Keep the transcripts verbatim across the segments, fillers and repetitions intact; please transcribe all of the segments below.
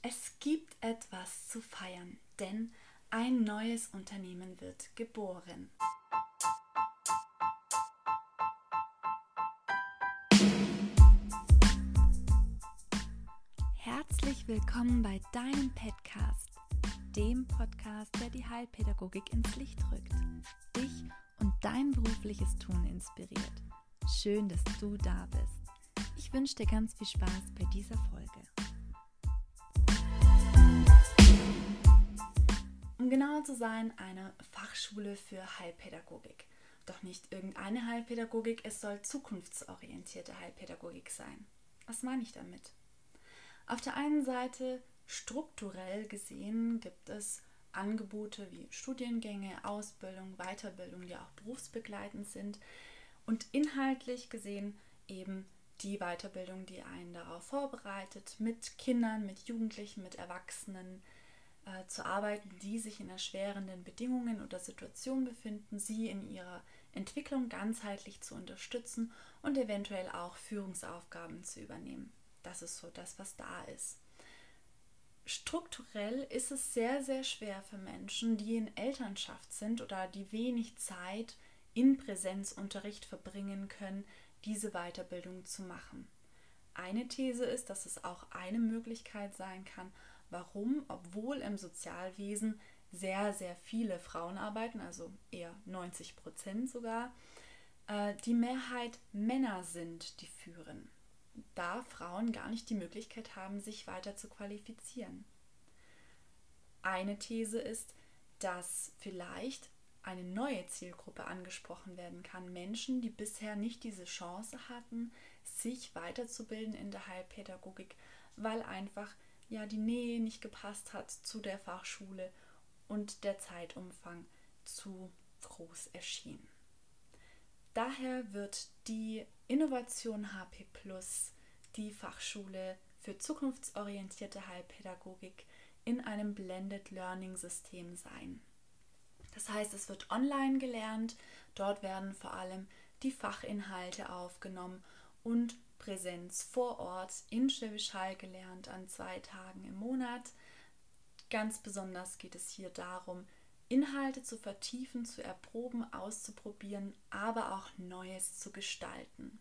Es gibt etwas zu feiern, denn ein neues Unternehmen wird geboren. Herzlich willkommen bei deinem Podcast, dem Podcast, der die Heilpädagogik ins Licht rückt, dich und dein berufliches Tun inspiriert. Schön, dass du da bist. Ich wünsche dir ganz viel Spaß bei dieser Folge. Um genauer zu sein, eine Fachschule für Heilpädagogik. Doch nicht irgendeine Heilpädagogik, es soll zukunftsorientierte Heilpädagogik sein. Was meine ich damit? Auf der einen Seite, strukturell gesehen, gibt es Angebote wie Studiengänge, Ausbildung, Weiterbildung, die auch berufsbegleitend sind. Und inhaltlich gesehen eben die Weiterbildung, die einen darauf vorbereitet, mit Kindern, mit Jugendlichen, mit Erwachsenen äh, zu arbeiten, die sich in erschwerenden Bedingungen oder Situationen befinden, sie in ihrer Entwicklung ganzheitlich zu unterstützen und eventuell auch Führungsaufgaben zu übernehmen. Das ist so das, was da ist. Strukturell ist es sehr, sehr schwer für Menschen, die in Elternschaft sind oder die wenig Zeit in Präsenzunterricht verbringen können, diese Weiterbildung zu machen. Eine These ist, dass es auch eine Möglichkeit sein kann, warum, obwohl im Sozialwesen sehr, sehr viele Frauen arbeiten, also eher neunzig Prozent sogar, die Mehrheit Männer sind, die führen, da Frauen gar nicht die Möglichkeit haben, sich weiter zu qualifizieren. Eine These ist, dass vielleicht eine neue Zielgruppe angesprochen werden kann. Menschen, die bisher nicht diese Chance hatten, sich weiterzubilden in der Heilpädagogik, weil einfach ja die Nähe nicht gepasst hat zu der Fachschule und der Zeitumfang zu groß erschien. Daher wird die Innovation H P Plus, die Fachschule für zukunftsorientierte Heilpädagogik, in einem Blended Learning System sein. Das heißt, es wird online gelernt, dort werden vor allem die Fachinhalte aufgenommen und Präsenz vor Ort in Schwäbisch Hall gelernt an zwei Tagen im Monat. Ganz besonders geht es hier darum, Inhalte zu vertiefen, zu erproben, auszuprobieren, aber auch Neues zu gestalten.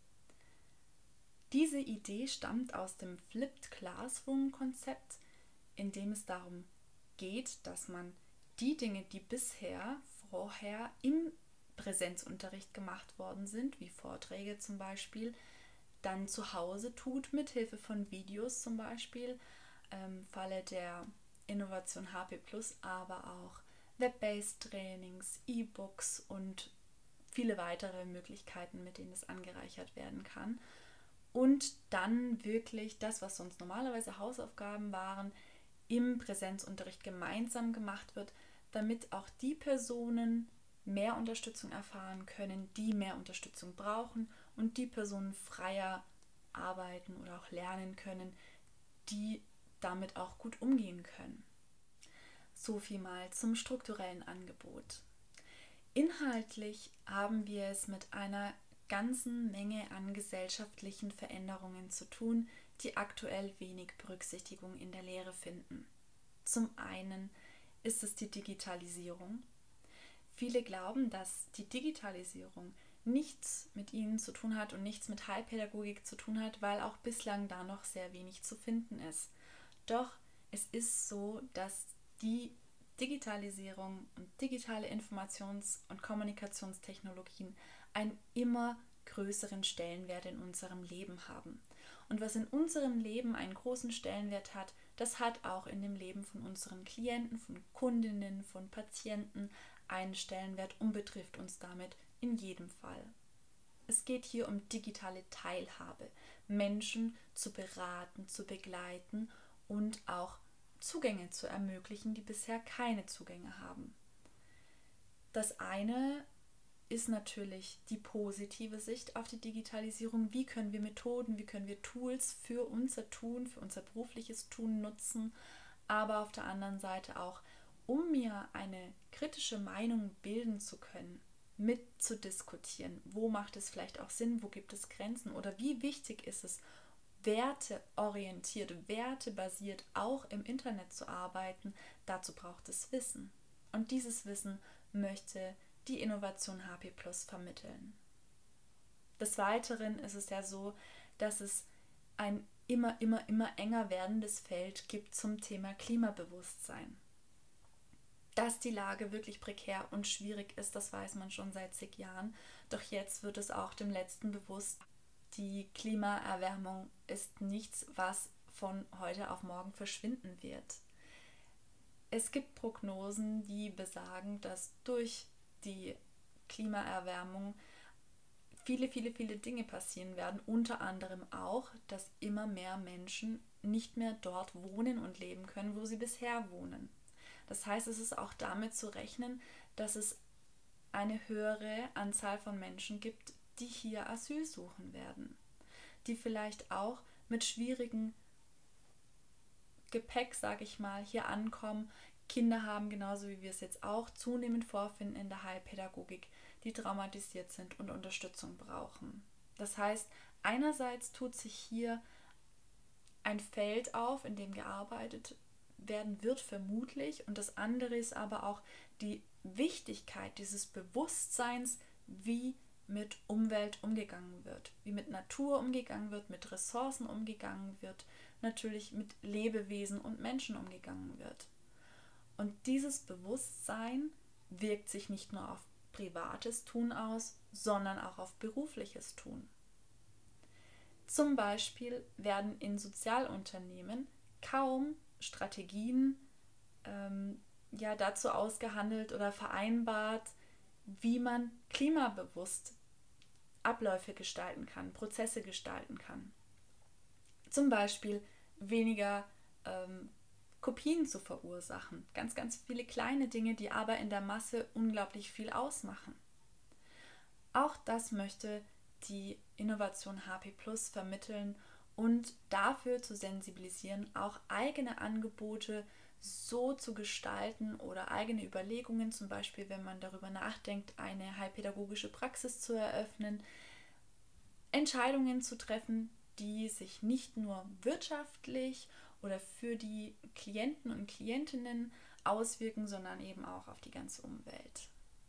Diese Idee stammt aus dem Flipped Classroom-Konzept, in dem es darum geht, dass man die Dinge, die bisher vorher im Präsenzunterricht gemacht worden sind, wie Vorträge zum Beispiel, dann zu Hause tut, mit Hilfe von Videos zum Beispiel, im Falle der Innovation H P Plus, aber auch Web-based Trainings, E-Books und viele weitere Möglichkeiten, mit denen es angereichert werden kann. Und dann wirklich das, was sonst normalerweise Hausaufgaben waren, im Präsenzunterricht gemeinsam gemacht wird, damit auch die Personen mehr Unterstützung erfahren können, die mehr Unterstützung brauchen und die Personen freier arbeiten oder auch lernen können, die damit auch gut umgehen können. So viel mal zum strukturellen Angebot. Inhaltlich haben wir es mit einer ganzen Menge an gesellschaftlichen Veränderungen zu tun, die aktuell wenig Berücksichtigung in der Lehre finden. Zum einen ist es die Digitalisierung. Viele glauben, dass die Digitalisierung nichts mit ihnen zu tun hat und nichts mit Heilpädagogik zu tun hat, weil auch bislang da noch sehr wenig zu finden ist. Doch es ist so, dass die Digitalisierung und digitale Informations- und Kommunikationstechnologien einen immer größeren Stellenwert in unserem Leben haben. Und was in unserem Leben einen großen Stellenwert hat, das hat auch in dem Leben von unseren Klienten, von Kundinnen, von Patienten einen Stellenwert und betrifft uns damit in jedem Fall. Es geht hier um digitale Teilhabe, Menschen zu beraten, zu begleiten und auch Zugänge zu ermöglichen, die bisher keine Zugänge haben. Das eine ist natürlich die positive Sicht auf die Digitalisierung. Wie können wir Methoden, wie können wir Tools für unser Tun, für unser berufliches Tun nutzen, aber auf der anderen Seite auch, um mir eine kritische Meinung bilden zu können, mitzudiskutieren. Wo macht es vielleicht auch Sinn, wo gibt es Grenzen oder wie wichtig ist es, werteorientiert, wertebasiert auch im Internet zu arbeiten, dazu braucht es Wissen. Und dieses Wissen möchte die Innovation H P Plus vermitteln. Des Weiteren ist es ja so, dass es ein immer, immer, immer enger werdendes Feld gibt zum Thema Klimabewusstsein. Dass die Lage wirklich prekär und schwierig ist, das weiß man schon seit zig Jahren. Doch jetzt wird es auch dem Letzten bewusst, die Klimaerwärmung ist nichts, was von heute auf morgen verschwinden wird. Es gibt Prognosen, die besagen, dass durch die Klimaerwärmung viele, viele, viele Dinge passieren werden. Unter anderem auch, dass immer mehr Menschen nicht mehr dort wohnen und leben können, wo sie bisher wohnen. Das heißt, es ist auch damit zu rechnen, dass es eine höhere Anzahl von Menschen gibt, die hier Asyl suchen werden, die vielleicht auch mit schwierigem Gepäck, sage ich mal, hier ankommen, Kinder haben, genauso wie wir es jetzt auch zunehmend vorfinden in der Heilpädagogik, die traumatisiert sind und Unterstützung brauchen. Das heißt, einerseits tut sich hier ein Feld auf, in dem gearbeitet werden wird, vermutlich, und das andere ist aber auch die Wichtigkeit dieses Bewusstseins, wie mit Umwelt umgegangen wird, wie mit Natur umgegangen wird, mit Ressourcen umgegangen wird, natürlich mit Lebewesen und Menschen umgegangen wird. Und dieses Bewusstsein wirkt sich nicht nur auf privates Tun aus, sondern auch auf berufliches Tun. Zum Beispiel werden in Sozialunternehmen kaum Strategien ähm, ja, dazu ausgehandelt oder vereinbart, wie man klimabewusst Abläufe gestalten kann, Prozesse gestalten kann. Zum Beispiel weniger ähm, Kopien zu verursachen. Ganz, ganz viele kleine Dinge, die aber in der Masse unglaublich viel ausmachen. Auch das möchte die Innovation H P Plus vermitteln und dafür zu sensibilisieren, auch eigene Angebote so zu gestalten oder eigene Überlegungen, zum Beispiel wenn man darüber nachdenkt, eine heilpädagogische Praxis zu eröffnen, Entscheidungen zu treffen, die sich nicht nur wirtschaftlich oder für die Klienten und Klientinnen auswirken, sondern eben auch auf die ganze Umwelt.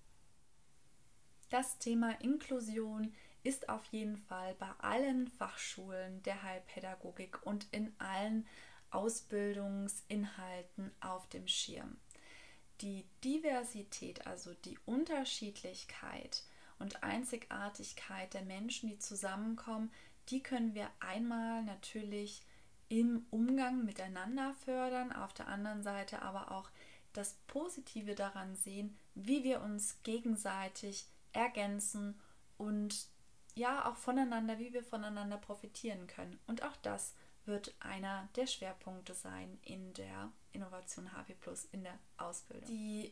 Das Thema Inklusion ist auf jeden Fall bei allen Fachschulen der Heilpädagogik und in allen Ausbildungsinhalten auf dem Schirm. Die Diversität, also die Unterschiedlichkeit und Einzigartigkeit der Menschen, die zusammenkommen, die können wir einmal natürlich im Umgang miteinander fördern, auf der anderen Seite aber auch das Positive daran sehen, wie wir uns gegenseitig ergänzen und ja auch voneinander, wie wir voneinander profitieren können. Und auch das wird einer der Schwerpunkte sein in der Innovation H P Plus in der Ausbildung. Die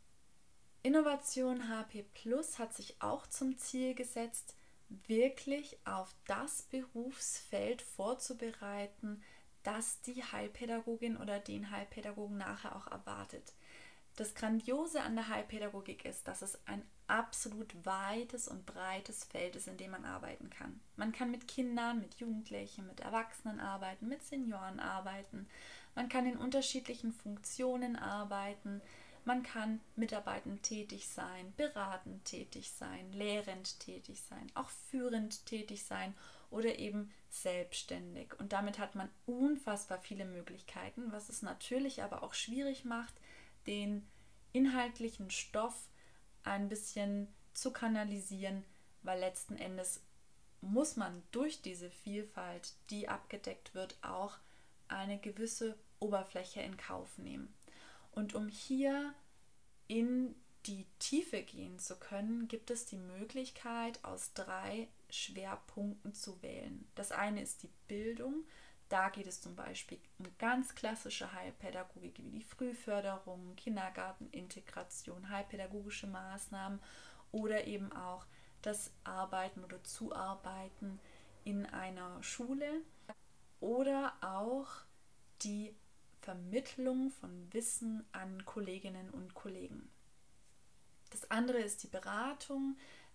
Innovation H P Plus hat sich auch zum Ziel gesetzt, wirklich auf das Berufsfeld vorzubereiten, das die Heilpädagogin oder den Heilpädagogen nachher auch erwartet. Das Grandiose an der Heilpädagogik ist, dass es ein absolut weites und breites Feld ist, in dem man arbeiten kann. Man kann mit Kindern, mit Jugendlichen, mit Erwachsenen arbeiten, mit Senioren arbeiten. Man kann in unterschiedlichen Funktionen arbeiten. Man kann mitarbeitend tätig sein, beratend tätig sein, lehrend tätig sein, auch führend tätig sein oder eben selbstständig. Und damit hat man unfassbar viele Möglichkeiten, was es natürlich aber auch schwierig macht, den inhaltlichen Stoff ein bisschen zu kanalisieren, weil letzten Endes muss man durch diese Vielfalt, die abgedeckt wird, auch eine gewisse Oberfläche in Kauf nehmen. Und um hier in die Tiefe gehen zu können, gibt es die Möglichkeit, aus drei Schwerpunkten zu wählen. Das eine ist die Bildung. Da geht es zum Beispiel um ganz klassische Heilpädagogik wie die Frühförderung, Kindergartenintegration, heilpädagogische Maßnahmen oder eben auch das Arbeiten oder Zuarbeiten in einer Schule oder auch die Vermittlung von Wissen an Kolleginnen und Kollegen. Das andere ist die Beratung.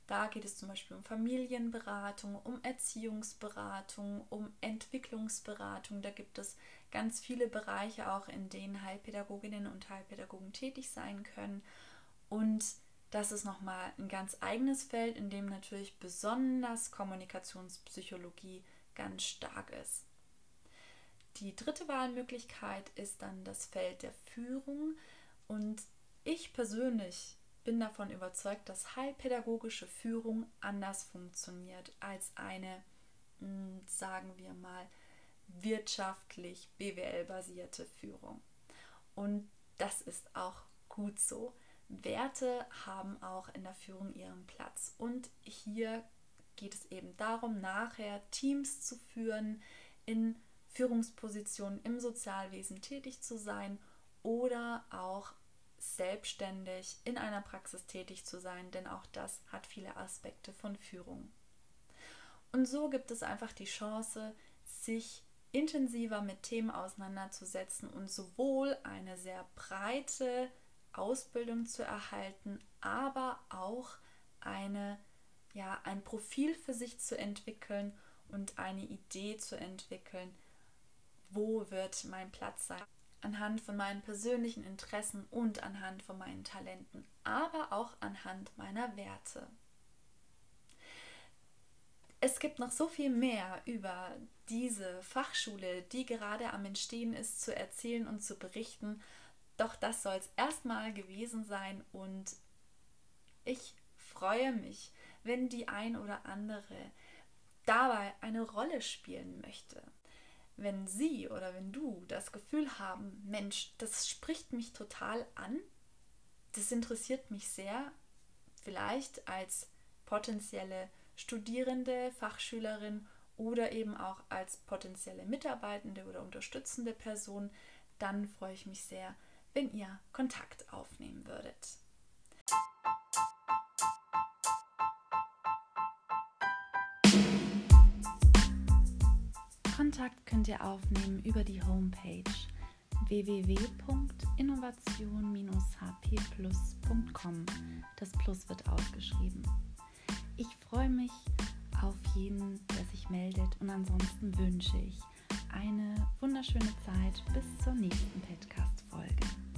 Da geht es zum Beispiel um Familienberatung, um Erziehungsberatung, um Entwicklungsberatung. Da gibt es ganz viele Bereiche auch, in denen Heilpädagoginnen und Heilpädagogen tätig sein können. Und das ist nochmal ein ganz eigenes Feld, in dem natürlich besonders Kommunikationspsychologie ganz stark ist. Die dritte Wahlmöglichkeit ist dann das Feld der Führung. Und ich persönlich bin davon überzeugt, dass heilpädagogische Führung anders funktioniert als eine, sagen wir mal, wirtschaftlich B W L-basierte Führung. Und das ist auch gut so. Werte haben auch in der Führung ihren Platz. Und hier geht es eben darum, nachher Teams zu führen, in Führungspositionen im Sozialwesen tätig zu sein oder auch selbstständig in einer Praxis tätig zu sein, denn auch das hat viele Aspekte von Führung. Und so gibt es einfach die Chance, sich intensiver mit Themen auseinanderzusetzen und sowohl eine sehr breite Ausbildung zu erhalten, aber auch eine, ja, ein Profil für sich zu entwickeln und eine Idee zu entwickeln, wo wird mein Platz sein, anhand von meinen persönlichen Interessen und anhand von meinen Talenten, aber auch anhand meiner Werte. Es gibt noch so viel mehr über diese Fachschule, die gerade am Entstehen ist, zu erzählen und zu berichten. Doch das soll es erstmal gewesen sein und ich freue mich, wenn die ein oder andere dabei eine Rolle spielen möchte. Wenn Sie oder wenn du das Gefühl haben, Mensch, das spricht mich total an, das interessiert mich sehr, vielleicht als potenzielle Studierende, Fachschülerin oder eben auch als potenzielle Mitarbeitende oder unterstützende Person, dann freue ich mich sehr, wenn ihr Kontakt aufnehmen würdet. Kontakt könnt ihr aufnehmen über die Homepage w w w punkt innovation h p plus punkt com. Das Plus wird ausgeschrieben. Ich freue mich auf jeden, der sich meldet, und ansonsten wünsche ich eine wunderschöne Zeit bis zur nächsten Podcast-Folge.